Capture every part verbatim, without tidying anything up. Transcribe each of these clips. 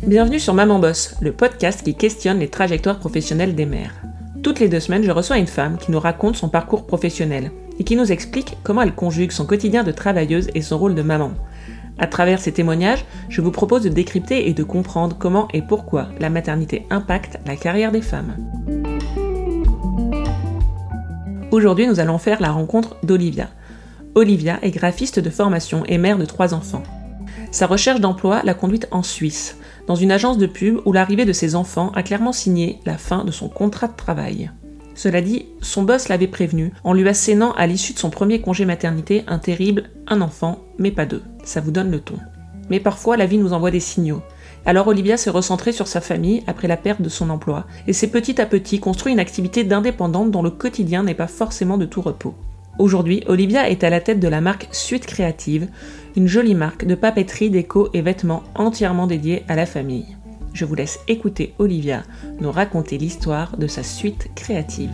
Bienvenue sur Maman Boss, le podcast qui questionne les trajectoires professionnelles des mères. Toutes les deux semaines, je reçois une femme qui nous raconte son parcours professionnel et qui nous explique comment elle conjugue son quotidien de travailleuse et son rôle de maman. À travers ces témoignages, je vous propose de décrypter et de comprendre comment et pourquoi la maternité impacte la carrière des femmes. Aujourd'hui, nous allons faire la rencontre d'Olivia. Olivia est graphiste de formation et mère de trois enfants. Sa recherche d'emploi l'a conduite en Suisse, dans une agence de pub où l'arrivée de ses enfants a clairement signé la fin de son contrat de travail. Cela dit, son boss l'avait prévenu en lui assénant à l'issue de son premier congé maternité un terrible « un enfant, mais pas deux ». Ça vous donne le ton. Mais parfois, la vie nous envoie des signaux. Alors Olivia s'est recentrée sur sa famille après la perte de son emploi et s'est petit à petit construit une activité d'indépendante dont le quotidien n'est pas forcément de tout repos. Aujourd'hui, Olivia est à la tête de la marque Suite Créative, une jolie marque de papeterie, déco et vêtements entièrement dédiés à la famille. Je vous laisse écouter Olivia nous raconter l'histoire de sa suite créative.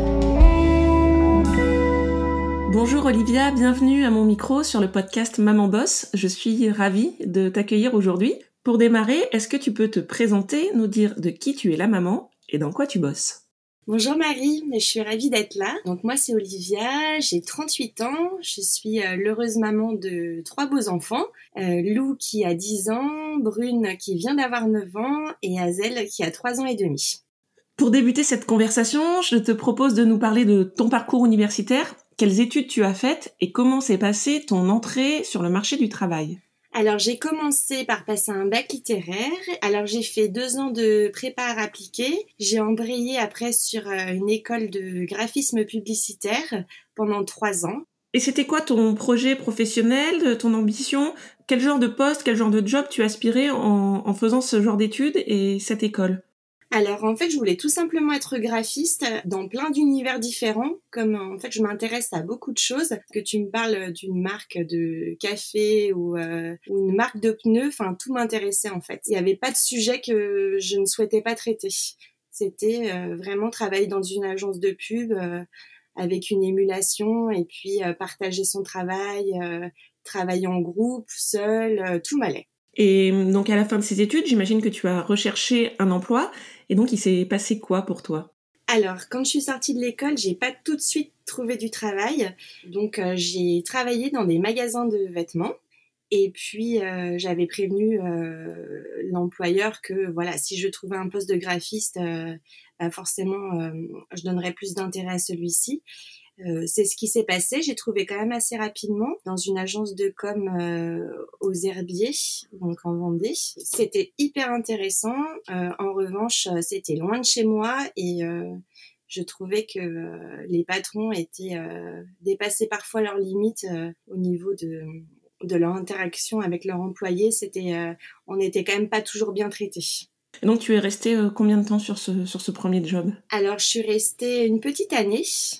Bonjour Olivia, bienvenue à mon micro sur le podcast Maman Boss. Je suis ravie de t'accueillir aujourd'hui. Pour démarrer, est-ce que tu peux te présenter, nous dire de qui tu es la maman et dans quoi tu bosses ? Bonjour Marie, je suis ravie d'être là. Donc moi c'est Olivia, j'ai trente-huit ans, je suis euh, l'heureuse maman de trois beaux enfants, euh, Lou qui a dix ans, Brune qui vient d'avoir neuf ans et Hazel qui a trois ans et demi. Pour débuter cette conversation, je te propose de nous parler de ton parcours universitaire, quelles études tu as faites et comment s'est passée ton entrée sur le marché du travail. Alors j'ai commencé par passer un bac littéraire, alors j'ai fait deux ans de prépa art appliqué, j'ai embrayé après sur une école de graphisme publicitaire pendant trois ans. Et c'était quoi ton projet professionnel, ton ambition ? Quel genre de poste, quel genre de job tu aspirais en, en faisant ce genre d'études et cette école ? Alors en fait, je voulais tout simplement être graphiste dans plein d'univers différents. Comme en fait, je m'intéresse à beaucoup de choses. Que tu me parles d'une marque de café ou, euh, ou une marque de pneus, enfin tout m'intéressait en fait. Il n'y avait pas de sujet que je ne souhaitais pas traiter. C'était euh, vraiment travailler dans une agence de pub euh, avec une émulation et puis euh, partager son travail, euh, travailler en groupe, seul, euh, tout m'allait. Et donc à la fin de ces études, j'imagine que tu as recherché un emploi. Et donc il s'est passé quoi pour toi ? Alors, quand je suis sortie de l'école, j'ai pas tout de suite trouvé du travail. Donc, euh, j'ai travaillé dans des magasins de vêtements. Et puis, euh, j'avais prévenu euh, l'employeur que voilà, si je trouvais un poste de graphiste, euh, bah forcément, euh, je donnerais plus d'intérêt à celui-ci. Euh, c'est ce qui s'est passé. J'ai trouvé quand même assez rapidement dans une agence de com euh, aux Herbiers, donc en Vendée. C'était hyper intéressant. Euh, en revanche, c'était loin de chez moi et euh, je trouvais que euh, les patrons étaient euh, dépassaient parfois leurs limites euh, au niveau de de leur interaction avec leurs employés. C'était, euh, on n'était quand même pas toujours bien traités. Et donc tu es restée euh, combien de temps sur ce sur ce premier job ? Alors, je suis restée une petite année.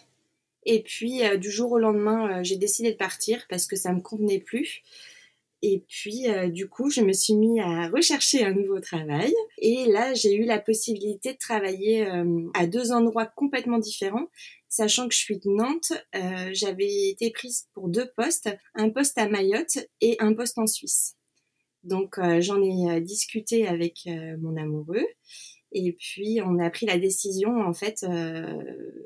Et puis, euh, du jour au lendemain, euh, j'ai décidé de partir parce que ça me convenait plus. Et puis, euh, du coup, je me suis mis à rechercher un nouveau travail. Et là, j'ai eu la possibilité de travailler euh, à deux endroits complètement différents. Sachant que je suis de Nantes, euh, j'avais été prise pour deux postes, un poste à Mayotte et un poste en Suisse. Donc, euh, j'en ai euh, discuté avec euh, mon amoureux. Et puis, on a pris la décision, en fait, euh,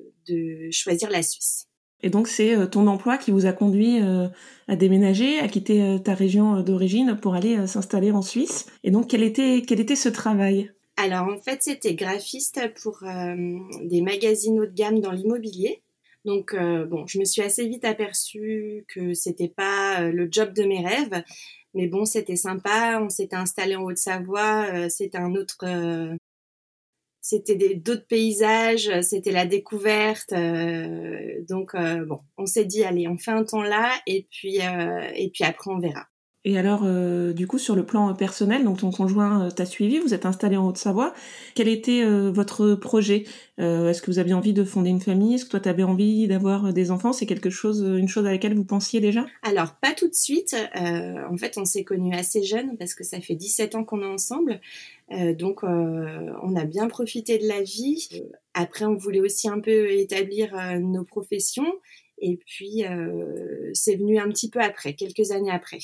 de choisir la Suisse. Et donc, c'est euh, ton emploi qui vous a conduit euh, à déménager, à quitter euh, ta région euh, d'origine pour aller euh, s'installer en Suisse. Et donc, quel était, quel était ce travail ? Alors, en fait, c'était graphiste pour euh, des magazines haut de gamme dans l'immobilier. Donc, euh, bon, je me suis assez vite aperçue que c'était pas euh, le job de mes rêves. Mais bon, c'était sympa. On s'était installé en Haute-Savoie. Euh, c'était un autre... Euh, C'était des, d'autres paysages, c'était la découverte. Euh, donc, euh, bon, on s'est dit, allez, on fait un temps là et puis, euh, et puis après, on verra. Et alors, euh, du coup, sur le plan personnel, donc ton conjoint euh, t'a suivi, vous êtes installé en Haute-Savoie. Quel était euh, votre projet ? euh, Est-ce que vous aviez envie de fonder une famille ? Est-ce que toi, t'avais envie d'avoir des enfants ? C'est quelque chose, une chose à laquelle vous pensiez déjà ? Alors, pas tout de suite. Euh, en fait, on s'est connus assez jeunes parce que ça fait dix-sept ans qu'on est ensemble. Euh, donc, euh, on a bien profité de la vie. Après, on voulait aussi un peu établir euh, nos professions. Et puis, euh, c'est venu un petit peu après, quelques années après.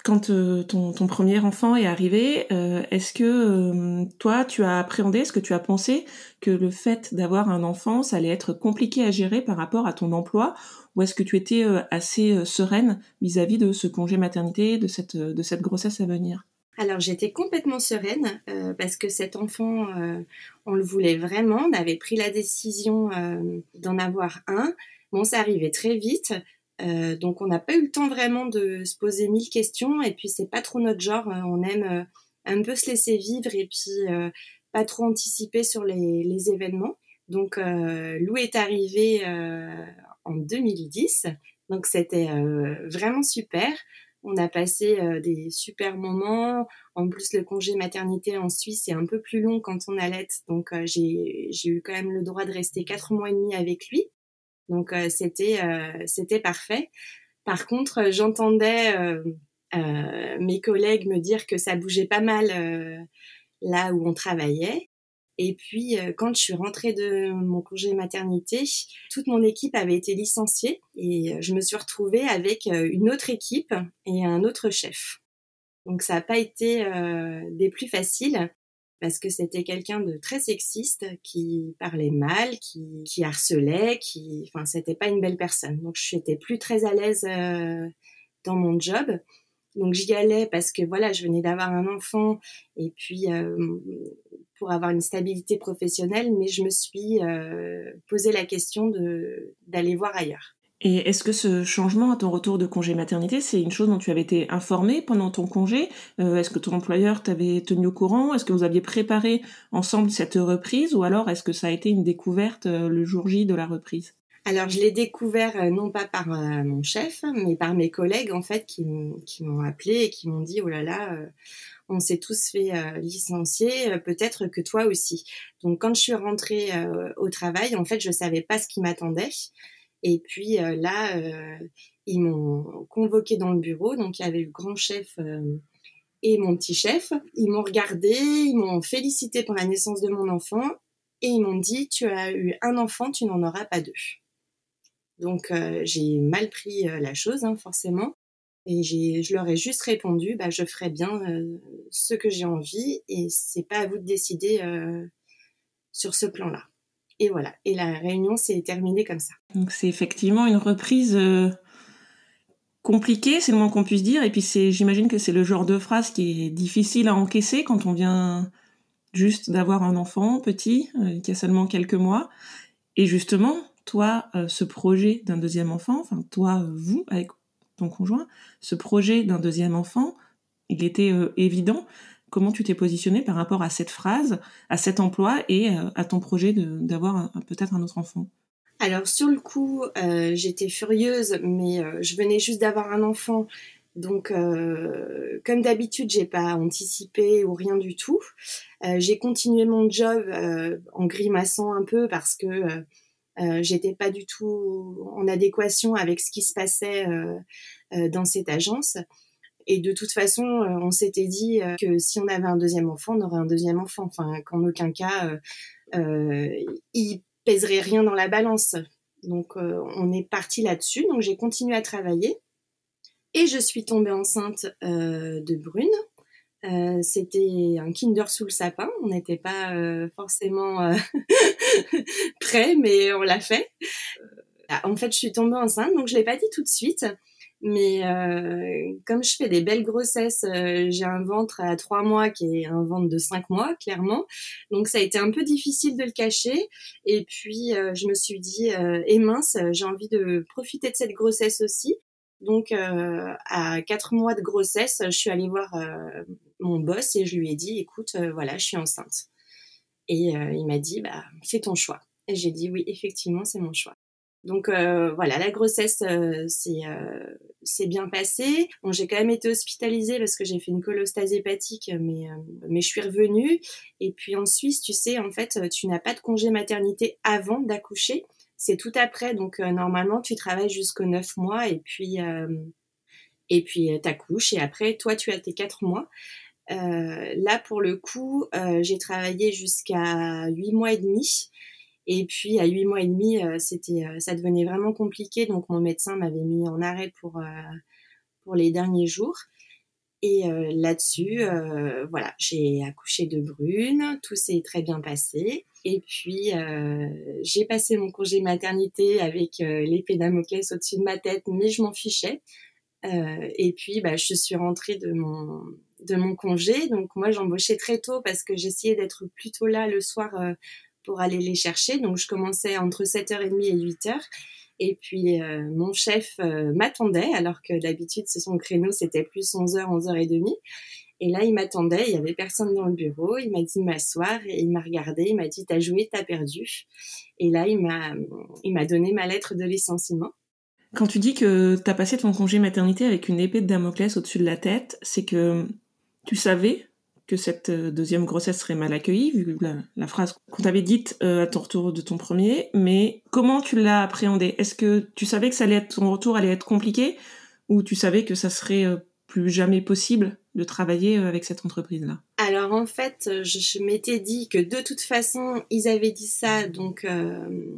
Quand euh, ton, ton premier enfant est arrivé, euh, est-ce que euh, toi, tu as appréhendé, est-ce que tu as pensé que le fait d'avoir un enfant, ça allait être compliqué à gérer par rapport à ton emploi, ou est-ce que tu étais euh, assez euh, sereine vis-à-vis de ce congé maternité, de cette, de cette grossesse à venir? Alors j'étais complètement sereine euh, parce que cet enfant, euh, on le voulait vraiment. On avait pris la décision euh, d'en avoir un. Bon, ça arrivait très vite, euh, donc on n'a pas eu le temps vraiment de se poser mille questions. Et puis c'est pas trop notre genre. euh, On aime euh, un peu se laisser vivre et puis euh, pas trop anticiper sur les, les événements. Donc euh, Lou est arrivé euh, en deux mille dix, donc c'était euh, vraiment super. On a passé euh, des super moments. En plus, le congé maternité en Suisse est un peu plus long quand on allait. Donc, euh, j'ai, j'ai eu quand même le droit de rester quatre mois et demi avec lui. Donc, euh, c'était, euh, c'était parfait. Par contre, euh, j'entendais euh, euh, mes collègues me dire que ça bougeait pas mal euh, là où on travaillait. Et puis, euh, quand je suis rentrée de mon congé maternité, toute mon équipe avait été licenciée et euh, je me suis retrouvée avec euh, une autre équipe et un autre chef. Donc, ça n'a pas été euh, des plus faciles parce que c'était quelqu'un de très sexiste qui parlait mal, qui, qui harcelait, qui, enfin, c'était pas une belle personne. Donc, je n'étais plus très à l'aise euh, dans mon job. Donc j'y allais parce que voilà, je venais d'avoir un enfant et puis euh, pour avoir une stabilité professionnelle, mais je me suis euh, posé la question de d'aller voir ailleurs. Et est-ce que ce changement à ton retour de congé maternité, c'est une chose dont tu avais été informée pendant ton congé? euh, Est-ce que ton employeur t'avait tenu au courant? Est-ce que vous aviez préparé ensemble cette reprise? Ou alors est-ce que ça a été une découverte euh, le jour J de la reprise? Alors je l'ai découvert euh, non pas par euh, mon chef, mais par mes collègues en fait qui, m- qui m'ont appelé et qui m'ont dit oh là là, euh, on s'est tous fait euh, licencier, euh, peut-être que toi aussi. Donc quand je suis rentrée euh, au travail, en fait je savais pas ce qui m'attendait. Et puis euh, là, euh, ils m'ont convoquée dans le bureau, donc il y avait le grand chef euh, et mon petit chef. Ils m'ont regardé, ils m'ont félicité pour la naissance de mon enfant et ils m'ont dit tu as eu un enfant, tu n'en auras pas deux. Donc euh, j'ai mal pris euh, la chose, hein, forcément. Et j'ai, je leur ai juste répondu, bah, je ferai bien euh, ce que j'ai envie et c'est pas à vous de décider euh, sur ce plan-là. Et voilà. Et la réunion s'est terminée comme ça. Donc c'est effectivement une reprise euh, compliquée, c'est le moins qu'on puisse dire. Et puis c'est, j'imagine que c'est le genre de phrase qui est difficile à encaisser quand on vient juste d'avoir un enfant petit, euh, qui a seulement quelques mois. Et justement, toi, euh, ce projet d'un deuxième enfant, enfin toi, euh, vous, avec ton conjoint, ce projet d'un deuxième enfant, il était euh, évident. Comment tu t'es positionné par rapport à cette phrase, à cet emploi et euh, à ton projet de, d'avoir un, peut-être un autre enfant? Alors sur le coup, euh, j'étais furieuse, mais euh, je venais juste d'avoir un enfant. Donc, euh, comme d'habitude, j'ai pas anticipé ou rien du tout. Euh, j'ai continué mon job euh, en grimaçant un peu parce que euh, euh, j'étais pas du tout en adéquation avec ce qui se passait euh, euh, dans cette agence. Et de toute façon, euh, on s'était dit euh, que si on avait un deuxième enfant, on aurait un deuxième enfant. Enfin, qu'en aucun cas, euh, euh, il pèserait rien dans la balance. Donc, euh, on est parti là-dessus. Donc, j'ai continué à travailler. Et je suis tombée enceinte euh, de Brune. Euh, c'était un Kinder sous le sapin. On n'était pas euh, forcément euh, prêts, mais on l'a fait. En fait, je suis tombée enceinte, donc je l'ai pas dit tout de suite. Mais euh, comme je fais des belles grossesses, euh, j'ai un ventre à trois mois qui est un ventre de cinq mois, clairement. Donc ça a été un peu difficile de le cacher. Et puis euh, je me suis dit, euh, et mince, j'ai envie de profiter de cette grossesse aussi. Donc euh, à quatre mois de grossesse, je suis allée voir euh, mon boss et je lui ai dit, écoute, euh, voilà, je suis enceinte. Et euh, il m'a dit, bah c'est ton choix. Et j'ai dit oui, effectivement, c'est mon choix. Donc euh, voilà, la grossesse euh, c'est euh, c'est bien passé. Bon, j'ai quand même été hospitalisée parce que j'ai fait une cholestase hépatique, mais euh, mais je suis revenue. Et puis en Suisse, tu sais, en fait, tu n'as pas de congé maternité avant d'accoucher. C'est tout après. Donc euh, normalement, tu travailles jusqu'aux neuf mois et puis euh, et puis euh, t'accouches et après, toi, tu as tes quatre mois. Euh, là, pour le coup, euh, j'ai travaillé jusqu'à huit mois et demi. Et puis à huit mois et demi, euh, c'était, euh, ça devenait vraiment compliqué. Donc mon médecin m'avait mis en arrêt pour euh, pour les derniers jours. Et euh, là-dessus, euh, voilà, j'ai accouché de Brune, tout s'est très bien passé. Et puis, euh, j'ai passé mon congé maternité avec euh, l'épée Damoclès au-dessus de ma tête, mais je m'en fichais. Euh, et puis, bah, je suis rentrée de mon, de mon congé. Donc, moi, j'embauchais très tôt parce que j'essayais d'être plutôt là le soir euh, pour aller les chercher. Donc, je commençais entre sept heures trente et huit heures. Et puis, euh, mon chef euh, m'attendait, alors que d'habitude, son créneau, c'était plus onze heures, onze heures trente. Et là, il m'attendait, il y avait personne dans le bureau. Il m'a dit de m'asseoir et il m'a regardé. Il m'a dit, t'as joué, t'as perdu. Et là, il m'a, il m'a donné ma lettre de licenciement. Quand tu dis que t'as passé ton congé maternité avec une épée de Damoclès au-dessus de la tête, c'est que tu savais que cette deuxième grossesse serait mal accueillie, vu la, la phrase qu'on t'avait dite euh, à ton retour de ton premier, mais comment tu l'as appréhendée ? Est-ce que tu savais que ça allait être, ton retour allait être compliqué, ou tu savais que ça serait euh, plus jamais possible de travailler euh, avec cette entreprise-là ? Alors en fait, je, je m'étais dit que de toute façon, ils avaient dit ça, donc euh,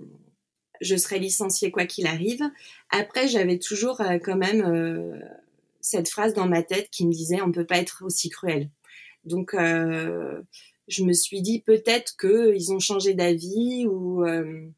je serais licenciée quoi qu'il arrive. Après, j'avais toujours euh, quand même euh, cette phrase dans ma tête qui me disait « on peut pas être aussi cruel ». Donc, euh, je me suis dit peut-être qu'ils ont changé d'avis ou, euh,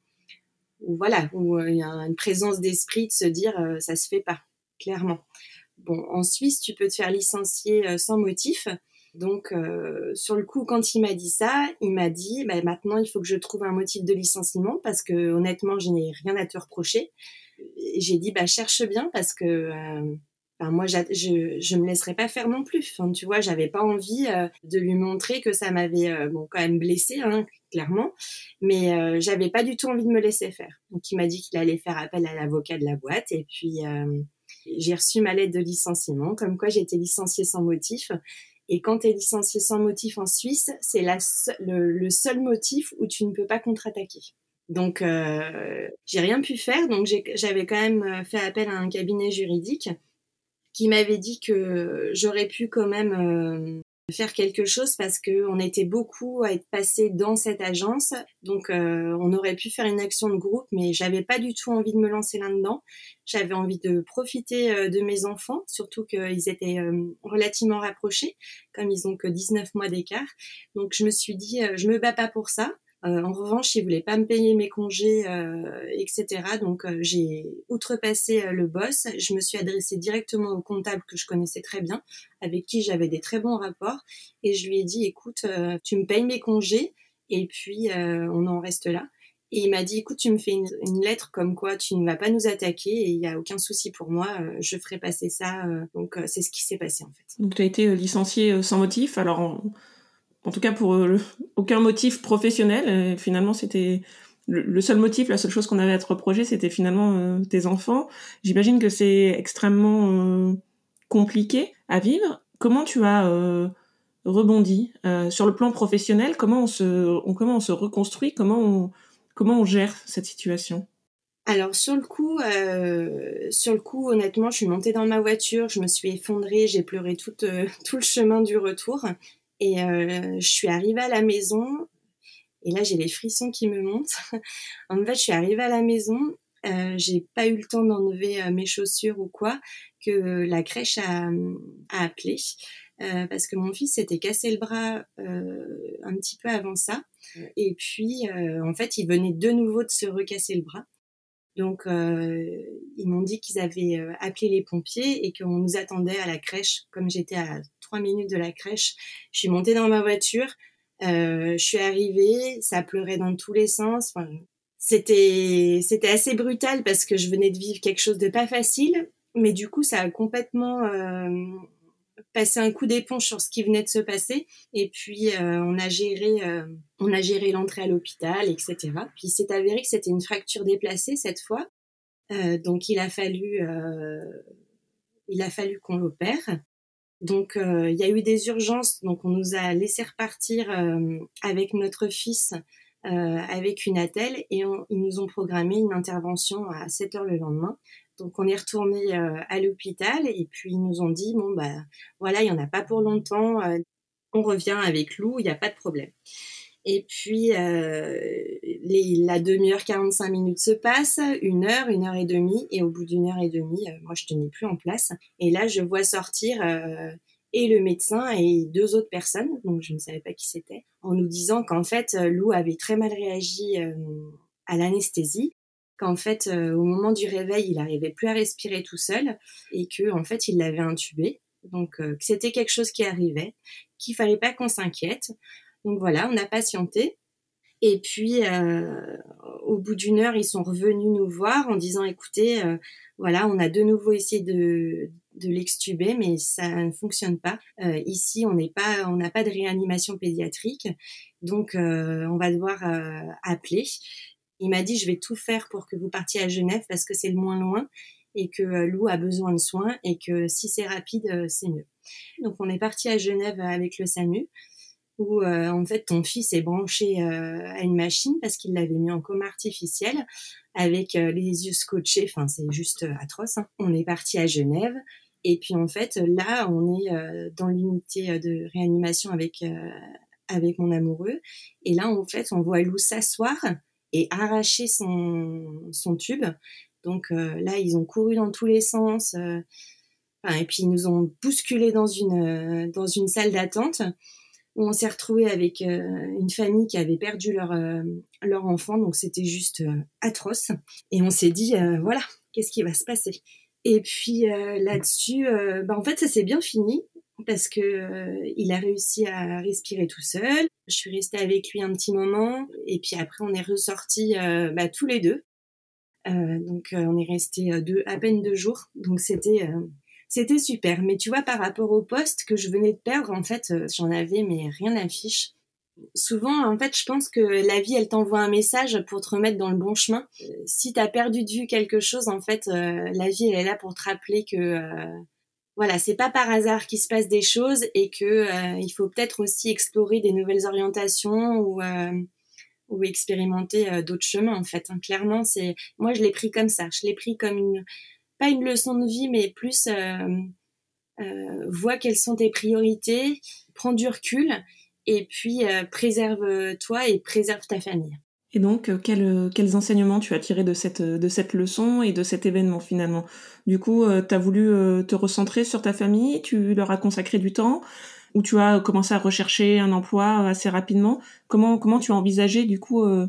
ou voilà, ou il y a une présence d'esprit de se dire euh, ça se fait pas, clairement. Bon, en Suisse, tu peux te faire licencier euh, sans motif. Donc, euh, sur le coup, quand il m'a dit ça, il m'a dit bah, maintenant, il faut que je trouve un motif de licenciement parce que honnêtement, je n'ai rien à te reprocher. Et j'ai dit bah cherche bien parce que euh, Enfin, moi, je, je me laisserais pas faire non plus. Enfin, tu vois, j'avais pas envie euh, de lui montrer que ça m'avait euh, bon quand même blessée, hein, clairement, mais euh, j'avais pas du tout envie de me laisser faire. Donc, il m'a dit qu'il allait faire appel à l'avocat de la boîte, et puis euh, j'ai reçu ma lettre de licenciement, comme quoi j'ai été licenciée sans motif. Et quand tu es licenciée sans motif en Suisse, c'est la, le, le seul motif où tu ne peux pas contre-attaquer. Donc, euh, j'ai rien pu faire. Donc, j'ai, j'avais quand même fait appel à un cabinet juridique qui m'avait dit que j'aurais pu quand même euh, faire quelque chose parce qu'on était beaucoup à être passés dans cette agence. Donc, euh, on aurait pu faire une action de groupe, mais j'avais pas du tout envie de me lancer là-dedans. J'avais envie de profiter euh, de mes enfants, surtout qu'ils étaient euh, relativement rapprochés, comme ils ont que dix-neuf mois d'écart. Donc, je me suis dit, euh, je me bats pas pour ça. Euh, en revanche, ils voulaient pas me payer mes congés, euh, et cetera. Donc, euh, j'ai outrepassé euh, le boss. Je me suis adressée directement au comptable que je connaissais très bien, avec qui j'avais des très bons rapports. Et je lui ai dit, écoute, euh, tu me payes mes congés et puis euh, on en reste là. Et il m'a dit, écoute, tu me fais une, une lettre comme quoi tu ne vas pas nous attaquer et il n'y a aucun souci pour moi. Euh, je ferai passer ça. Euh, donc, euh, c'est ce qui s'est passé en fait. Donc, tu as été licenciée sans motif. Alors, en... En tout cas, pour euh, aucun motif professionnel. Euh, finalement, c'était le, le seul motif, la seule chose qu'on avait à te reprocher, c'était finalement euh, tes enfants. J'imagine que c'est extrêmement euh, compliqué à vivre. Comment tu as euh, rebondi euh, sur le plan professionnel ? Comment on se, on, comment on se reconstruit ? Comment on, comment on gère cette situation ? Alors sur le coup, euh, sur le coup, honnêtement, je suis montée dans ma voiture, je me suis effondrée, j'ai pleuré tout, euh, tout le chemin du retour. Et euh, je suis arrivée à la maison, et là j'ai les frissons qui me montent. En fait, je suis arrivée à la maison, euh, j'ai pas eu le temps d'enlever euh, mes chaussures ou quoi, que la crèche a, a appelé, euh, parce que mon fils s'était cassé le bras euh, un petit peu avant ça. Et puis, euh, en fait, il venait de nouveau de se recasser le bras. Donc, euh, ils m'ont dit qu'ils avaient euh, appelé les pompiers et qu'on nous attendait à la crèche. Comme j'étais à trois minutes de la crèche, je suis montée dans ma voiture, euh, je suis arrivée, ça pleurait dans tous les sens. Enfin, c'était, c'était assez brutal parce que je venais de vivre quelque chose de pas facile, mais du coup, ça a complètement euh, passé un coup d'éponge sur ce qui venait de se passer. Et puis, euh, on a géré... Euh, On a géré l'entrée à l'hôpital, et cetera. Puis il s'est avéré que c'était une fracture déplacée cette fois. Euh, donc il a fallu, euh, il a fallu qu'on l'opère. Donc euh, il y a eu des urgences. Donc on nous a laissé repartir euh, avec notre fils, euh, avec une attelle, et on, ils nous ont programmé une intervention à sept heures le lendemain. Donc on est retourné euh, à l'hôpital et puis ils nous ont dit bon bah voilà, il y en a pas pour longtemps. Euh, on revient avec Lou, il n'y a pas de problème. Et puis, euh, les, la demi-heure, quarante-cinq minutes se passe, une heure, une heure et demie, et au bout d'une heure et demie, euh, moi, je tenais plus en place. Et là, je vois sortir euh, et le médecin et deux autres personnes, donc je ne savais pas qui c'était, en nous disant qu'en fait, Lou avait très mal réagi euh, à l'anesthésie, qu'en fait, euh, au moment du réveil, il n'arrivait plus à respirer tout seul et que en fait, il l'avait intubé. Donc, euh, que c'était quelque chose qui arrivait, qu'il fallait pas qu'on s'inquiète. Donc voilà, on a patienté. Et puis, euh, au bout d'une heure, ils sont revenus nous voir en disant, écoutez, euh, voilà, on a de nouveau essayé de, de l'extuber, mais ça ne fonctionne pas. Euh, ici, on n'est pas, on n'a pas de réanimation pédiatrique, donc euh, on va devoir euh, appeler. Il m'a dit, je vais tout faire pour que vous partiez à Genève parce que c'est le moins loin et que euh, Lou a besoin de soins et que si c'est rapide, euh, c'est mieux. Donc, on est parti à Genève avec le SAMU où euh, en fait ton fils est branché euh, à une machine parce qu'il l'avait mis en coma artificiel avec euh, les yeux scotchés, enfin c'est juste euh, atroce. Hein. On est parti à Genève et puis en fait là on est euh, dans l'unité de réanimation avec euh, avec mon amoureux et là en fait on voit Lou s'asseoir et arracher son son tube. Donc euh, là ils ont couru dans tous les sens euh, enfin, et puis ils nous ont bousculés dans une euh, dans une salle d'attente où on s'est retrouvé avec euh, une famille qui avait perdu leur euh, leur enfant, donc c'était juste euh, atroce. Et on s'est dit euh, voilà, qu'est-ce qui va se passer. Et puis euh, là-dessus, euh, bah en fait ça s'est bien fini parce que euh, il a réussi à respirer tout seul. Je suis restée avec lui un petit moment et puis après on est ressortis euh, bah, tous les deux. Euh, donc euh, on est restés deux à peine deux jours. Donc c'était euh, c'était super. Mais tu vois, par rapport au poste que je venais de perdre, en fait, euh, j'en avais mais rien à fiche. Souvent, en fait, je pense que la vie, elle t'envoie un message pour te remettre dans le bon chemin. Euh, si t'as perdu de vue quelque chose, en fait, euh, la vie, elle est là pour te rappeler que, euh, voilà, c'est pas par hasard qu'il se passe des choses et que euh, il faut peut-être aussi explorer des nouvelles orientations ou euh, ou expérimenter euh, d'autres chemins, en fait. Hein. Clairement, c'est, moi, je l'ai pris comme ça. Je l'ai pris comme une, pas une leçon de vie, mais plus euh, euh, vois quelles sont tes priorités, prends du recul et puis euh, préserve-toi et préserve ta famille. Et donc, euh, quel, euh, quels enseignements tu as tirés de cette, de cette leçon et de cet événement finalement ? Du coup, euh, tu as voulu euh, te recentrer sur ta famille, tu leur as consacré du temps, ou tu as commencé à rechercher un emploi assez rapidement ? Comment, comment tu as envisagé du coup euh,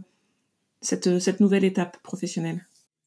cette, cette nouvelle étape professionnelle ?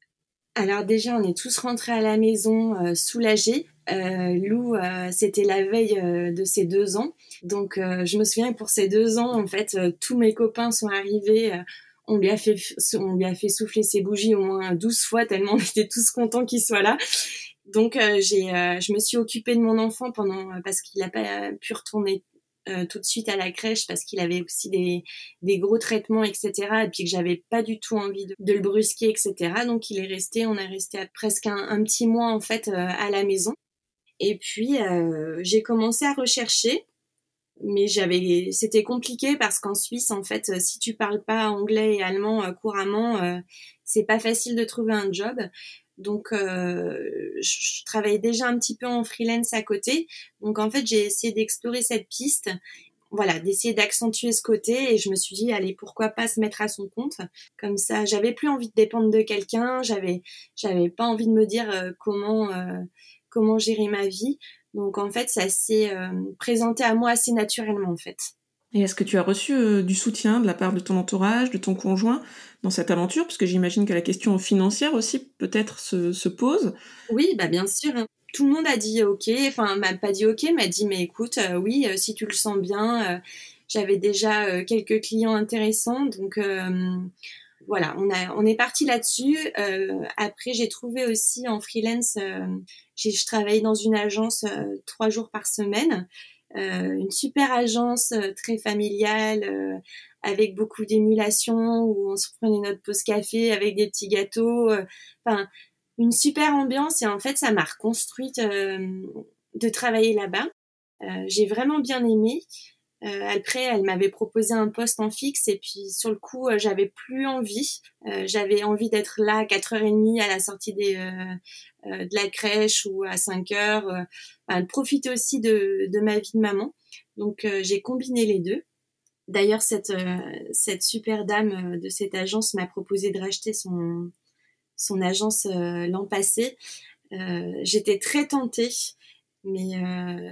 Alors déjà, on est tous rentrés à la maison euh, soulagés. Euh, Lou, euh, c'était la veille euh, de ses deux ans. Donc, euh, je me souviens que pour ses deux ans, en fait, euh, tous mes copains sont arrivés. Euh, on lui a fait, on lui a fait souffler ses bougies au moins douze fois tellement on était tous contents qu'il soit là. Donc, euh, j'ai, euh, je me suis occupée de mon enfant pendant parce qu'il n'a pas pu retourner euh, tout de suite à la crèche parce qu'il avait aussi des, des gros traitements, et cetera. Et puis que j'avais pas du tout envie de, de le brusquer, et cetera. Donc il est resté, on est resté à presque un, un petit mois en fait euh, à la maison. Et puis euh, j'ai commencé à rechercher, mais j'avais, c'était compliqué parce qu'en Suisse en fait, si tu parles pas anglais et allemand euh, couramment, euh, c'est pas facile de trouver un job. Donc, euh, je, je travaillais déjà un petit peu en freelance à côté. Donc, en fait, j'ai essayé d'explorer cette piste, voilà, d'essayer d'accentuer ce côté. Et je me suis dit, allez, pourquoi pas se mettre à son compte ? Comme ça, j'avais plus envie de dépendre de quelqu'un. J'avais, j'avais pas envie de me dire euh, comment, euh, comment gérer ma vie. Donc, en fait, ça s'est euh, présenté à moi assez naturellement, en fait. Et est-ce que tu as reçu euh, du soutien de la part de ton entourage, de ton conjoint dans cette aventure ? Parce que j'imagine que la question financière aussi peut-être se, se pose. Oui, bah bien sûr. Hein. Tout le monde a dit ok, enfin m'a pas dit ok, m'a dit mais écoute, euh, oui, euh, si tu le sens bien, euh, j'avais déjà euh, quelques clients intéressants, donc euh, voilà, on a, on est parti là-dessus. Euh, après, j'ai trouvé aussi en freelance, euh, j'ai, je travaillais dans une agence euh, trois jours par semaine, euh, une super agence euh, très familiale. Euh, avec beaucoup d'émulation où on se prenait notre pause café avec des petits gâteaux, enfin euh, une super ambiance et en fait ça m'a reconstruite euh, de travailler là-bas. Euh, j'ai vraiment bien aimé. Euh, après, elle m'avait proposé un poste en fixe et puis sur le coup, euh, j'avais plus envie. Euh, j'avais envie d'être là à quatre heures trente à la sortie des, euh, euh, de la crèche ou à cinq heures. Euh, enfin, de profiter aussi de, de ma vie de maman. Donc, euh, j'ai combiné les deux. D'ailleurs, cette, euh, cette super dame de cette agence m'a proposé de racheter son, son agence euh, l'an passé. Euh, j'étais très tentée, mais euh,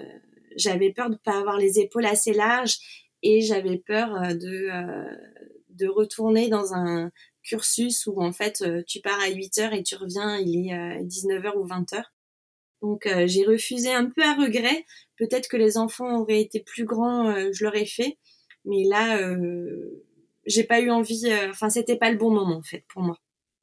j'avais peur de pas avoir les épaules assez larges et j'avais peur de euh, de retourner dans un cursus où en fait tu pars à huit heures et tu reviens, il est euh, dix-neuf heures ou vingt heures. Donc euh, j'ai refusé un peu à regret. Peut-être que les enfants auraient été plus grands, euh, je l'aurais fait. Mais là, euh, j'ai pas eu envie. Euh, enfin, c'était pas le bon moment en fait pour moi.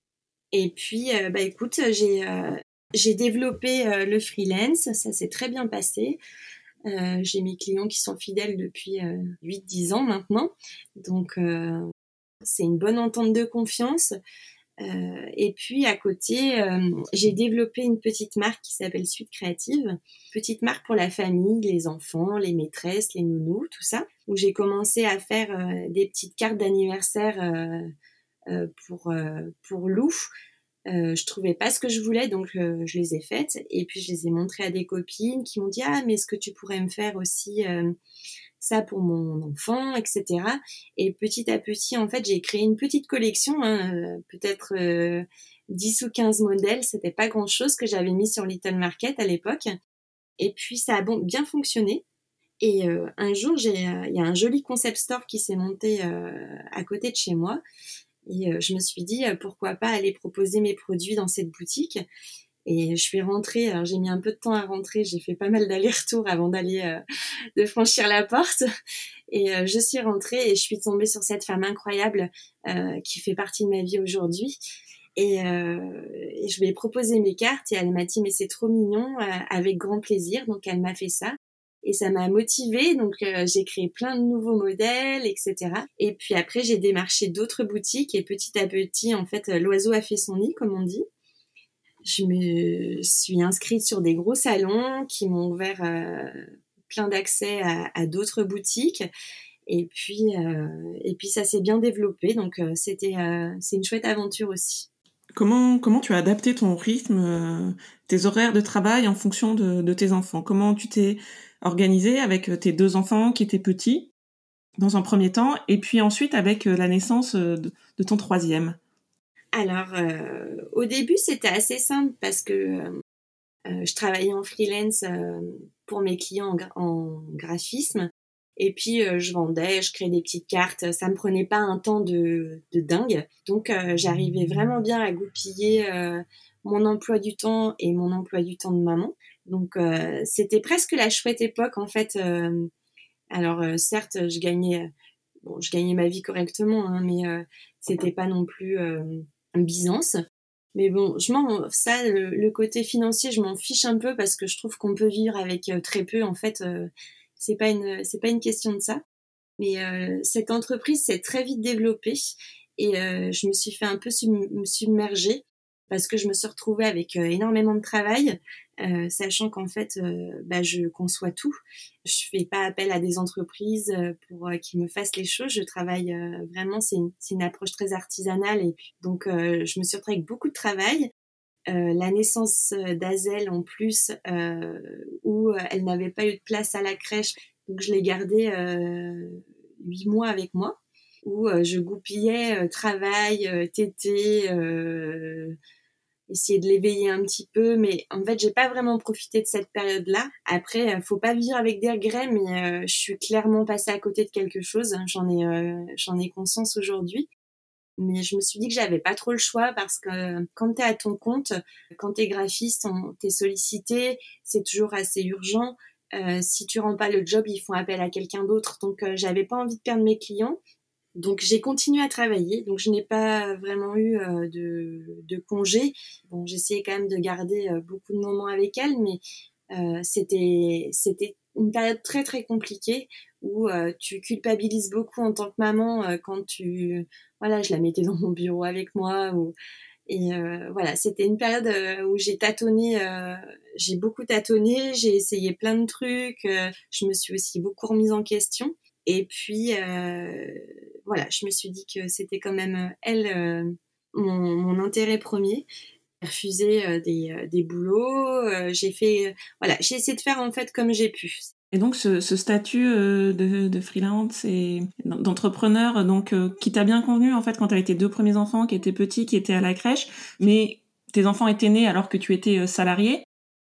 Et puis, euh, bah écoute, j'ai euh, j'ai développé euh, le freelance. Ça s'est très bien passé. Euh, j'ai mes clients qui sont fidèles depuis euh, huit dix ans maintenant. Donc euh, c'est une bonne entente de confiance. Euh, et puis à côté, euh, j'ai développé une petite marque qui s'appelle Suite Créative, petite marque pour la famille, les enfants, les maîtresses, les nounous, tout ça, où j'ai commencé à faire euh, des petites cartes d'anniversaire euh, euh, pour euh, pour Lou. Euh, je trouvais pas ce que je voulais, donc euh, je les ai faites et puis je les ai montrées à des copines qui m'ont dit ah mais est-ce que tu pourrais me faire aussi euh, ça pour mon enfant, et cetera. Et petit à petit, en fait, j'ai créé une petite collection, hein, euh, peut-être euh, dix ou quinze modèles, c'était pas grand-chose que j'avais mis sur Little Market à l'époque. Et puis, ça a bon, bien fonctionné. Et euh, un jour, j'ai, il euh, y a un joli concept store qui s'est monté euh, à côté de chez moi. Et euh, je me suis dit, euh, pourquoi pas aller proposer mes produits dans cette boutique. Et je suis rentrée, alors j'ai mis un peu de temps à rentrer, j'ai fait pas mal d'allers-retours avant d'aller, euh, de franchir la porte. Et euh, je suis rentrée et je suis tombée sur cette femme incroyable euh, qui fait partie de ma vie aujourd'hui. Et, euh, et je lui ai proposé mes cartes et elle m'a dit mais c'est trop mignon, euh, avec grand plaisir. Donc elle m'a fait ça. Et ça m'a motivée, donc euh, j'ai créé plein de nouveaux modèles, et cetera. Et puis après, j'ai démarché d'autres boutiques et petit à petit, en fait, l'oiseau a fait son nid, comme on dit. Je me suis inscrite sur des gros salons qui m'ont ouvert euh, plein d'accès à, à d'autres boutiques. Et puis, euh, et puis ça s'est bien développé. Donc, euh, c'était, euh, c'est une chouette aventure aussi. Comment, comment tu as adapté ton rythme, euh, tes horaires de travail en fonction de, de tes enfants? Comment tu t'es organisée avec tes deux enfants qui étaient petits, dans un premier temps, et puis ensuite avec la naissance de, de ton troisième? Alors, euh, au début, c'était assez simple parce que euh, je travaillais en freelance euh, pour mes clients en, gra- en graphisme. Et puis, euh, je vendais, je créais des petites cartes. Ça me prenait pas un temps de, de dingue. Donc, euh, j'arrivais vraiment bien à goupiller euh, mon emploi du temps et mon emploi du temps de maman. Donc, euh, c'était presque la chouette époque, en fait. Euh, alors, euh, certes, je gagnais, bon, je gagnais ma vie correctement, hein, mais euh, c'était pas non plus euh, un business. Mais bon, je m'en, ça, le, le côté financier, je m'en fiche un peu parce que je trouve qu'on peut vivre avec euh, très peu. En fait, euh, c'est pas une, c'est pas une question de ça. Mais euh, cette entreprise s'est très vite développée et euh, je me suis fait un peu sum- submerger parce que je me suis retrouvée avec euh, énormément de travail, euh, sachant qu'en fait, euh, bah, je conçois tout. Je fais pas appel à des entreprises euh, pour euh, qu'ils me fassent les choses. Je travaille euh, vraiment, c'est une, c'est une approche très artisanale et puis, donc euh, je me suis retrouvée avec beaucoup de travail. Euh, la naissance d'Azel en plus, euh, où elle n'avait pas eu de place à la crèche, donc je l'ai gardée euh, huit mois avec moi, où euh, je goupillais euh, travail, euh, tété, euh, essayer de l'éveiller un petit peu, mais en fait j'ai pas vraiment profité de cette période-là. Après, euh, faut pas vivre avec des regrets, mais euh, je suis clairement passée à côté de quelque chose. J'en ai, euh, j'en ai conscience aujourd'hui. Mais je me suis dit que j'avais pas trop le choix parce que quand t'es à ton compte, quand t'es graphiste, on, t'es sollicité, c'est toujours assez urgent. Euh, si tu rends pas le job, ils font appel à quelqu'un d'autre. Donc euh, j'avais pas envie de perdre mes clients. Donc j'ai continué à travailler. Donc je n'ai pas vraiment eu euh, de, de congé. Bon, j'essayais quand même de garder euh, beaucoup de moments avec elle, mais euh, c'était c'était une période très très compliquée où euh, tu culpabilises beaucoup en tant que maman euh, quand tu voilà, je la mettais dans mon bureau avec moi ou et euh, voilà, c'était une période euh, où j'ai tâtonné, euh, j'ai beaucoup tâtonné, j'ai essayé plein de trucs, euh, je me suis aussi beaucoup remise en question. Et puis euh, voilà, je me suis dit que c'était quand même elle euh, mon, mon intérêt premier. J'ai refusé euh, des, euh, des boulots, euh, j'ai fait, euh, voilà, j'ai essayé de faire en fait comme j'ai pu. Et donc ce, ce statut euh, de, de freelance et d'entrepreneur, donc euh, qui t'a bien convenu en fait quand tu avais tes deux premiers enfants qui étaient petits, qui étaient à la crèche, mais tes enfants étaient nés alors que tu étais euh, salarié.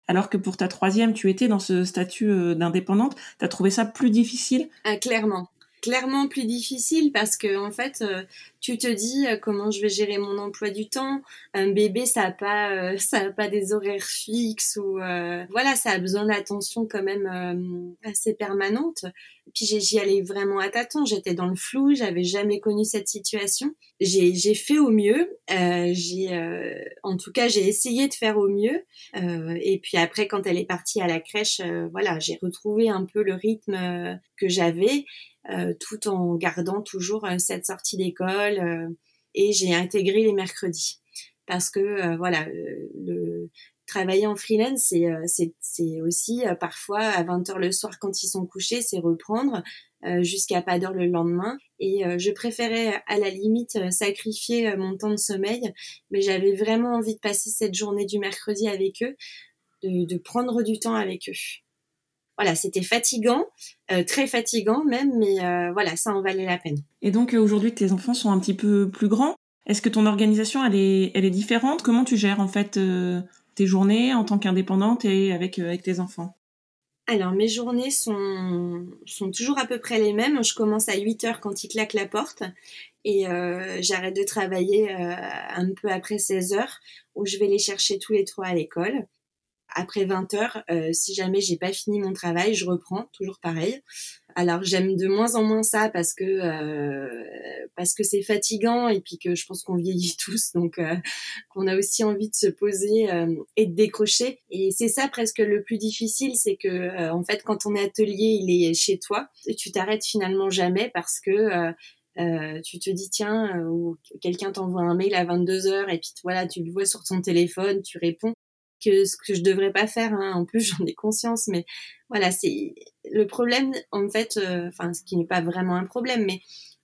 alors que pour ta troisième, tu étais dans ce statut euh, d'indépendante. T'as trouvé ça plus difficile ? Ah, clairement. Clairement plus difficile parce que en fait euh, tu te dis euh, comment je vais gérer mon emploi du temps. Un bébé ça a pas euh, ça a pas des horaires fixes ou euh, voilà, ça a besoin d'attention quand même euh, assez permanente. Puis j'ai, j'y allais vraiment à tâtons, j'étais dans le flou, j'avais jamais connu cette situation. J'ai j'ai fait au mieux, euh, j'ai euh, en tout cas j'ai essayé de faire au mieux euh, et puis après quand elle est partie à la crèche euh, voilà, j'ai retrouvé un peu le rythme euh, que j'avais. Euh, tout en gardant toujours euh, cette sortie d'école euh, et j'ai intégré les mercredis parce que euh, voilà euh, le travailler en freelance c'est euh, c'est c'est aussi euh, parfois à vingt heures le soir quand ils sont couchés c'est reprendre euh, jusqu'à pas d'heure le lendemain et euh, je préférais à la limite euh, sacrifier euh, mon temps de sommeil mais j'avais vraiment envie de passer cette journée du mercredi avec eux de, de prendre du temps avec eux. Voilà, c'était fatigant, euh, très fatigant même, mais euh, voilà, ça en valait la peine. Et donc euh, aujourd'hui tes enfants sont un petit peu plus grands. Est-ce que ton organisation elle est, elle est différente ? Comment tu gères en fait euh, tes journées en tant qu'indépendante et avec, euh, avec tes enfants ? Alors mes journées sont, sont toujours à peu près les mêmes. Je commence à huit heures quand ils claquent la porte et euh, j'arrête de travailler euh, un peu après seize heures où je vais les chercher tous les trois à l'école. Après vingt heures, euh, si jamais j'ai pas fini mon travail, je reprends, toujours pareil. Alors j'aime de moins en moins ça parce que euh, parce que c'est fatigant et puis que je pense qu'on vieillit tous, donc euh, qu'on a aussi envie de se poser euh, et de décrocher. Et c'est ça presque le plus difficile, c'est que euh, en fait quand ton atelier il est chez toi, tu t'arrêtes finalement jamais parce que euh, Euh, tu te dis tiens euh, ou quelqu'un t'envoie un mail à vingt-deux heures et puis voilà tu le vois sur ton téléphone, tu réponds. Que ce que je devrais pas faire, hein. En plus j'en ai conscience, mais voilà, c'est le problème en fait, euh, enfin ce qui n'est pas vraiment un problème, mais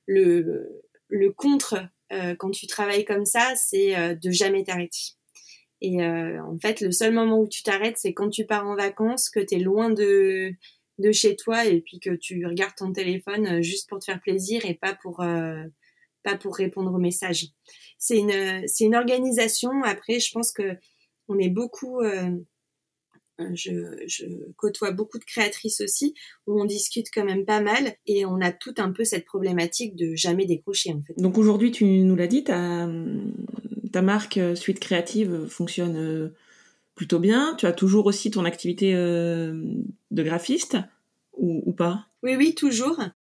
le le contre euh, quand tu travailles comme ça, c'est euh, de jamais t'arrêter. Et euh, en fait, le seul moment où tu t'arrêtes, c'est quand tu pars en vacances, que t'es loin de de chez toi et puis que tu regardes ton téléphone euh, juste pour te faire plaisir et pas pour euh, pas pour répondre aux messages. C'est une c'est une organisation. Après, je pense que on est beaucoup, euh, je, je côtoie beaucoup de créatrices aussi, où on discute quand même pas mal, et on a tout un peu cette problématique de jamais décrocher en fait. Donc aujourd'hui, tu nous l'as dit, ta, ta marque Suite Créative fonctionne plutôt bien. Tu as toujours aussi ton activité de graphiste, ou, ou pas ? Oui, oui, toujours.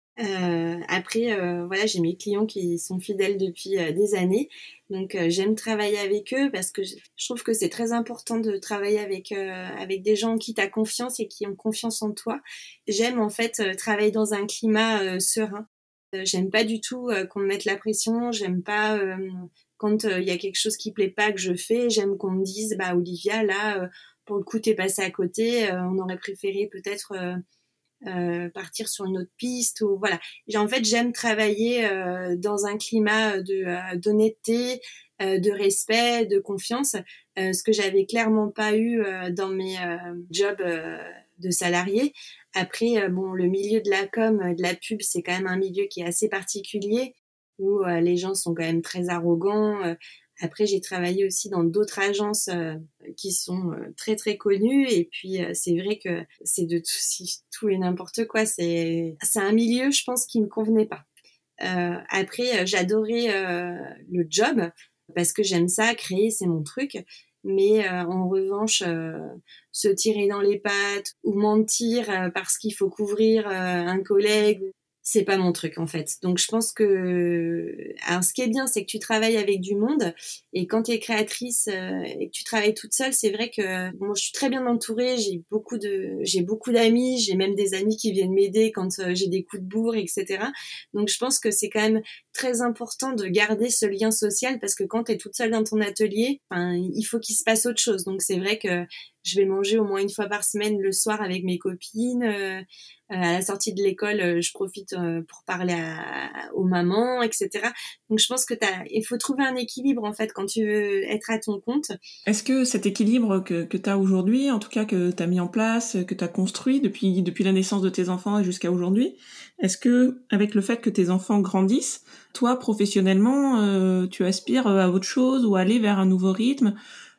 Euh, après, euh, voilà, j'ai mes clients qui sont fidèles depuis euh, des années, donc euh, j'aime travailler avec eux parce que je, je trouve que c'est très important de travailler avec euh, avec des gens qui t'as confiance et qui ont confiance en toi. J'aime en fait euh, travailler dans un climat euh, serein. Euh, j'aime pas du tout euh, qu'on me mette la pression. J'aime pas euh, quand il euh, y a quelque chose qui plaît pas que je fais. J'aime qu'on me dise, bah Olivia, là, euh, pour le coup, t'es passée à côté. Euh, on aurait préféré peut-être euh, Euh, partir sur une autre piste ou voilà. En fait, j'aime travailler euh, dans un climat de euh, d'honnêteté, euh, de respect, de confiance, euh, ce que j'avais clairement pas eu euh, dans mes euh, jobs euh, de salarié. Après, euh, bon, le milieu de la com, de la pub, c'est quand même un milieu qui est assez particulier où euh, les gens sont quand même très arrogants. Euh, Après, j'ai travaillé aussi dans d'autres agences euh, qui sont euh, très très connues et puis euh, c'est vrai que c'est de tout, si, tout et n'importe quoi. C'est c'est un milieu, je pense, qui me convenait pas. Euh, après, euh, j'adorais euh, le job parce que j'aime ça, créer, c'est mon truc. Mais euh, en revanche, euh, se tirer dans les pattes ou mentir euh, parce qu'il faut couvrir euh, un collègue, c'est pas mon truc en fait. Donc je pense que alors ce qui est bien c'est que tu travailles avec du monde et quand tu es créatrice euh, et que tu travailles toute seule, c'est vrai que moi je suis très bien entourée, j'ai beaucoup de j'ai beaucoup d'amis, j'ai même des amis qui viennent m'aider quand euh, j'ai des coups de bourre, et cetera. Donc je pense que c'est quand même très important de garder ce lien social parce que quand tu es toute seule dans ton atelier, enfin il faut qu'il se passe autre chose. Donc c'est vrai que je vais manger au moins une fois par semaine le soir avec mes copines. Euh, à la sortie de l'école, je profite euh, pour parler à, aux mamans, et cetera. Donc je pense que t'as, il faut trouver un équilibre en fait quand tu veux être à ton compte. Est-ce que cet équilibre que, que tu as aujourd'hui, en tout cas que tu as mis en place, que tu as construit depuis, depuis la naissance de tes enfants et jusqu'à aujourd'hui, est-ce que avec le fait que tes enfants grandissent, toi professionnellement, euh, tu aspires à autre chose ou à aller vers un nouveau rythme ?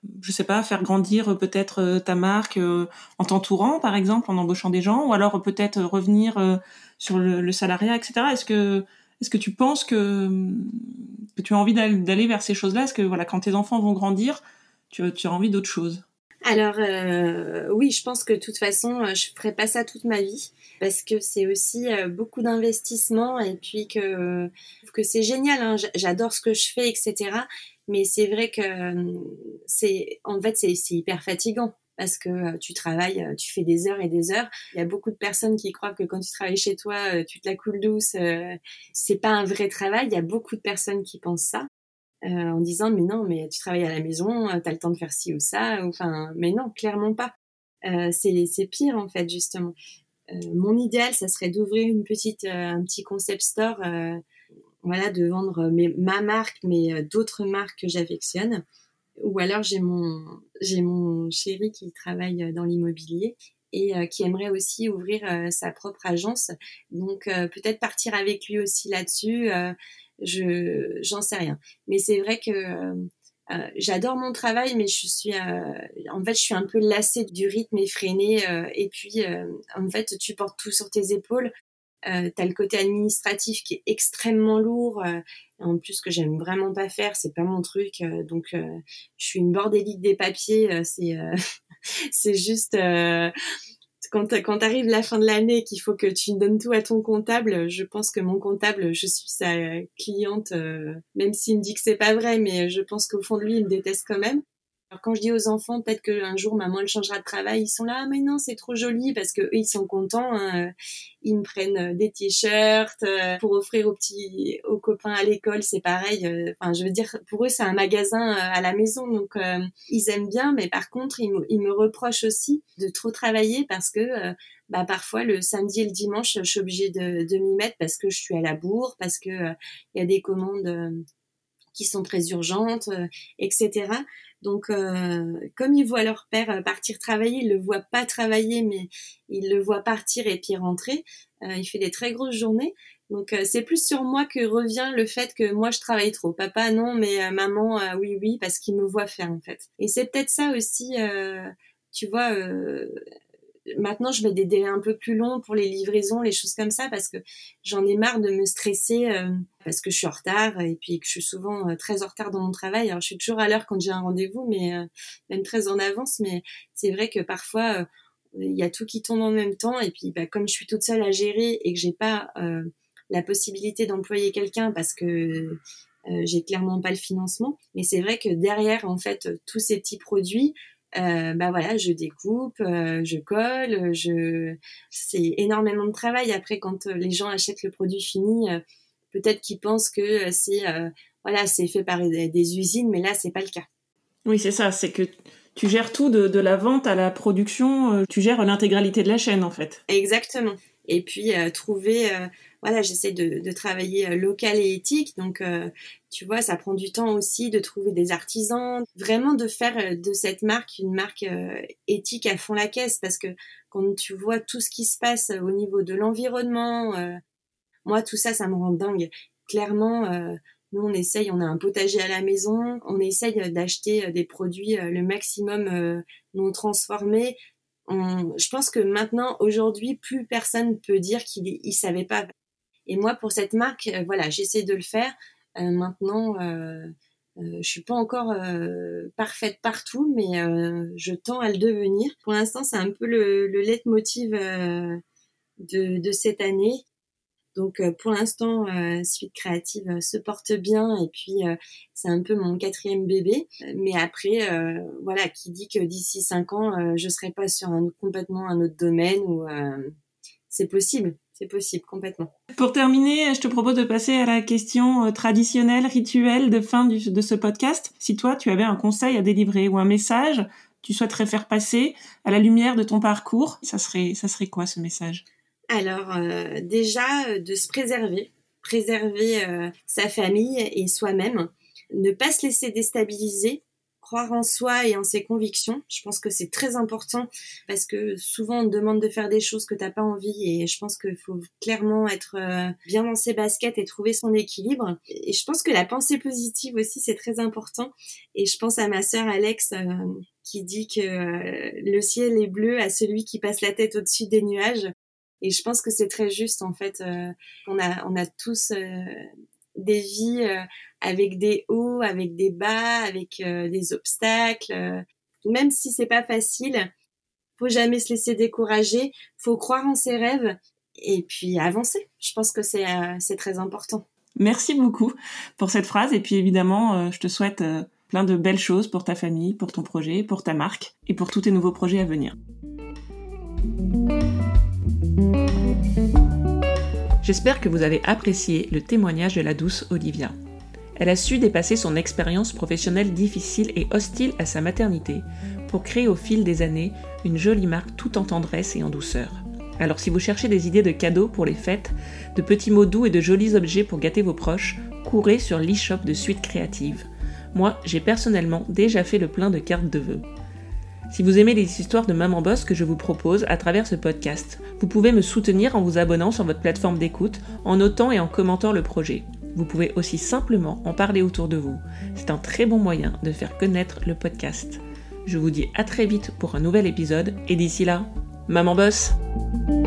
je sais pas, faire grandir euh, peut-être euh, ta marque euh, en t'entourant, par exemple, en embauchant des gens, ou alors euh, peut-être euh, revenir euh, sur le, le salariat, et cetera. Est-ce que, est-ce que tu penses que, que tu as envie d'aller, d'aller vers ces choses-là? Est-ce que, voilà, quand tes enfants vont grandir, tu, tu as envie d'autre chose? Alors euh, oui, je pense que de toute façon, euh, je ferai pas ça toute ma vie parce que c'est aussi euh, beaucoup d'investissement et puis que que c'est génial. Hein, j'adore ce que je fais, et cetera. Mais c'est vrai que euh, c'est en fait c'est, c'est hyper fatigant parce que euh, tu travailles, euh, tu fais des heures et des heures. Il y a beaucoup de personnes qui croient que quand tu travailles chez toi, euh, tu te la coules douce. Euh, c'est pas un vrai travail. Il y a beaucoup de personnes qui pensent ça. Euh, en disant mais non, mais tu travailles à la maison, t'as le temps de faire ci ou ça, enfin mais non, clairement pas. Euh, c'est c'est pire en fait justement. Euh, mon idéal, ça serait d'ouvrir une petite euh, un petit concept store, euh, voilà, de vendre mes, ma marque, mais euh, d'autres marques que j'affectionne. Ou alors j'ai mon j'ai mon chéri qui travaille dans l'immobilier et euh, qui aimerait aussi ouvrir euh, sa propre agence. Donc euh, peut-être partir avec lui aussi là-dessus. Euh, je j'en sais rien. Mais c'est vrai que euh, euh, j'adore mon travail, mais je suis euh, en fait je suis un peu lassée du rythme effréné. Euh, et puis euh, en fait tu portes tout sur tes épaules. Euh, t'as le côté administratif qui est extrêmement lourd, euh, en plus que j'aime vraiment pas faire, c'est pas mon truc, euh, donc euh, je suis une bordélique des papiers, euh, c'est euh, c'est juste euh, quand quand t'arrives la fin de l'année qu'il faut que tu donnes tout à ton comptable, je pense que mon comptable, je suis sa cliente, euh, même s'il me dit que c'est pas vrai, mais je pense qu'au fond de lui il me déteste quand même. Alors quand je dis aux enfants, peut-être qu'un jour maman elle changera de travail, ils sont là, ah, mais non, c'est trop joli parce que eux ils sont contents. Hein. Ils me prennent des t-shirts euh, pour offrir aux petits, aux copains à l'école, c'est pareil. Euh, Enfin, je veux dire, pour eux c'est un magasin euh, à la maison, donc euh, ils aiment bien, mais par contre ils me, ils me reprochent aussi de trop travailler parce que euh, bah parfois le samedi et le dimanche je suis obligée de, de m'y mettre parce que je suis à la bourre, parce que il euh, y a des commandes. Euh, qui sont très urgentes, euh, et cetera. Donc, euh, comme ils voient leur père partir travailler, ils le voient pas travailler, mais ils le voient partir et puis rentrer. Euh, il fait des très grosses journées. Donc, euh, c'est plus sur moi que revient le fait que moi, je travaille trop. Papa, non, mais euh, maman, euh, oui, oui, parce qu'il me voit faire, en fait. Et c'est peut-être ça aussi, euh, tu vois... Euh, Maintenant, je mets des délais un peu plus longs pour les livraisons, les choses comme ça, parce que j'en ai marre de me stresser euh, parce que je suis en retard et puis que je suis souvent euh, très en retard dans mon travail. Alors, je suis toujours à l'heure quand j'ai un rendez-vous, mais euh, même très en avance. Mais c'est vrai que parfois, euh, il y a tout qui tombe en même temps. Et puis, bah, comme je suis toute seule à gérer et que j'ai pas euh, la possibilité d'employer quelqu'un parce que euh, j'ai clairement pas le financement. Mais c'est vrai que derrière, en fait, tous ces petits produits, euh, bah voilà, je découpe, euh, je colle, je c'est énormément de travail. Après, quand euh, les gens achètent le produit fini, euh, peut-être qu'ils pensent que euh, c'est euh, voilà, c'est fait par des, des usines, mais là, c'est pas le cas. Oui, c'est ça, c'est que tu gères tout de, de la vente à la production, euh, tu gères l'intégralité de la chaîne en fait. Exactement. Et puis euh, trouver, euh, voilà, j'essaie de, de travailler euh, local et éthique, donc euh, tu vois, ça prend du temps aussi de trouver des artisans, vraiment de faire euh, de cette marque une marque euh, éthique à fond la caisse, parce que quand tu vois tout ce qui se passe au niveau de l'environnement, euh, moi tout ça, ça me rend dingue. Clairement, euh, nous on essaye, on a un potager à la maison, on essaye d'acheter des produits euh, le maximum euh, non transformés. On, je pense que maintenant, aujourd'hui, plus personne peut dire qu'il ne savait pas. Et moi, pour cette marque, euh, voilà, j'essaie de le faire. Euh, maintenant, euh, euh, je suis pas encore euh, parfaite partout, mais euh, je tends à le devenir. Pour l'instant, c'est un peu le, le leitmotiv euh, de, de cette année. Donc euh, pour l'instant, euh, Suite Créative euh, se porte bien et puis euh, c'est un peu mon quatrième bébé. Mais après, euh, voilà, qui dit que d'ici cinq ans, euh, je serai pas sur un complètement un autre domaine ou euh, c'est possible, c'est possible complètement. Pour terminer, je te propose de passer à la question traditionnelle, rituelle de fin du, de ce podcast. Si toi, tu avais un conseil à délivrer ou un message que tu souhaiterais faire passer à la lumière de ton parcours, ça serait, ça serait quoi ce message ? Alors euh, déjà euh, de se préserver, préserver euh, sa famille et soi-même, ne pas se laisser déstabiliser croire en soi et en ses convictions. Je pense que c'est très important parce que souvent on te demande de faire des choses que t'as pas envie et je pense qu'il faut clairement être euh, bien dans ses baskets et trouver son équilibre. Et je pense que la pensée positive aussi c'est très important. Et je pense à ma sœur Alex euh, qui dit que euh, le ciel est bleu à celui qui passe la tête au-dessus des nuages. Et je pense que c'est très juste en fait. Euh, on a on a tous euh, des vies euh, avec des hauts, avec des bas, avec euh, des obstacles. Euh, même si c'est pas facile, faut jamais se laisser décourager. Faut croire en ses rêves et puis avancer. Je pense que c'est euh, c'est très important. Merci beaucoup pour cette phrase et puis évidemment, euh, je te souhaite euh, plein de belles choses pour ta famille, pour ton projet, pour ta marque et pour tous tes nouveaux projets à venir. J'espère que vous avez apprécié le témoignage de la douce Olivia. Elle a su dépasser son expérience professionnelle difficile et hostile à sa maternité pour créer au fil des années une jolie marque tout en tendresse et en douceur. Alors si vous cherchez des idées de cadeaux pour les fêtes, de petits mots doux et de jolis objets pour gâter vos proches, courez sur l'e-shop de Suite Créative. Moi, j'ai personnellement déjà fait le plein de cartes de vœux. Si vous aimez les histoires de Maman Boss que je vous propose à travers ce podcast, vous pouvez me soutenir en vous abonnant sur votre plateforme d'écoute, en notant et en commentant le projet. Vous pouvez aussi simplement en parler autour de vous. C'est un très bon moyen de faire connaître le podcast. Je vous dis à très vite pour un nouvel épisode et d'ici là, Maman Boss!